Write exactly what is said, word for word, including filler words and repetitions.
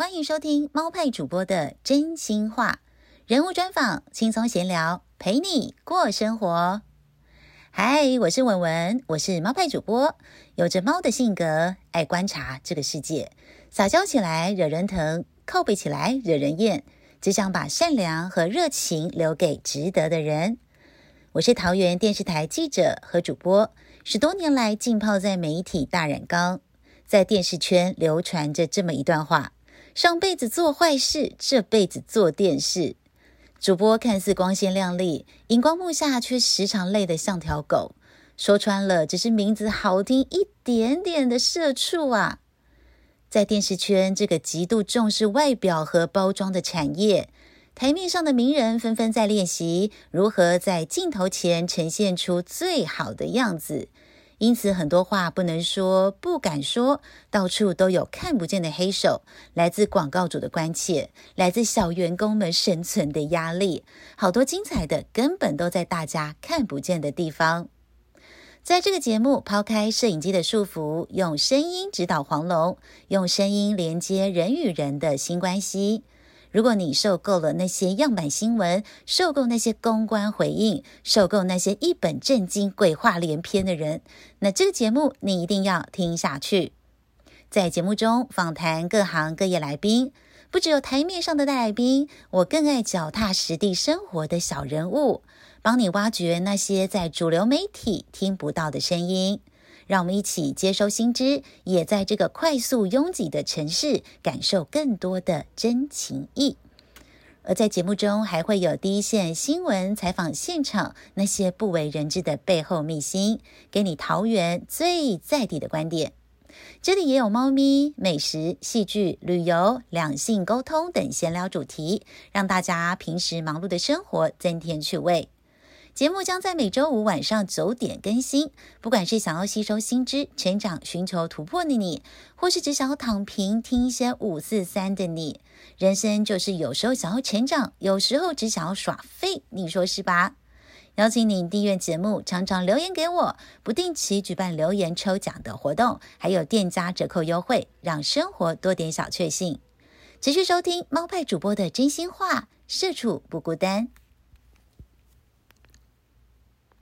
欢迎收听猫派主播的真心话，人物专访，轻松闲聊，陪你过生活。嗨，我是文文，我是猫派主播，有着猫的性格，爱观察这个世界，撒娇起来惹人疼，靠背起来惹人厌，只想把善良和热情留给值得的人。我是桃园电视台记者和主播，十多年来浸泡在媒体大染缸，在电视圈流传着这么一段话：上辈子做坏事，这辈子做电视。主播看似光鲜亮丽，荧光幕下却时常累得像条狗，说穿了只是名字好听一点点的社畜啊。在电视圈这个极度重视外表和包装的产业，台面上的名人纷纷在练习如何在镜头前呈现出最好的样子，因此很多话不能说，不敢说，到处都有看不见的黑手，来自广告主的关切，来自小员工们生存的压力，好多精彩的根本都在大家看不见的地方。在这个节目，抛开摄影机的束缚，用声音指导黄龙，用声音连接人与人的新关系。如果你受够了那些样板新闻，受够那些公关回应，受够那些一本正经鬼话连篇的人，那这个节目你一定要听下去。在节目中访谈各行各业来宾，不只有台面上的大来宾，我更爱脚踏实地生活的小人物，帮你挖掘那些在主流媒体听不到的声音。让我们一起接收新知，也在这个快速拥挤的城市感受更多的真情意。而在节目中还会有第一线新闻采访现场那些不为人知的背后秘辛，给你桃园最在地的观点。这里也有猫咪、美食、戏剧、旅游、两性沟通等闲聊主题，让大家平时忙碌的生活增添趣味。节目将在每周五晚上九点更新，不管是想要吸收新知、成长、寻求突破的你，或是只想要躺平听一些五四三的你，人生就是有时候想要成长，有时候只想要耍废，你说是吧？邀请你订阅节目，常常留言给我，不定期举办留言抽奖的活动，还有店家折扣优惠，让生活多点小确幸。持续收听猫派主播的真心话，社畜不孤单。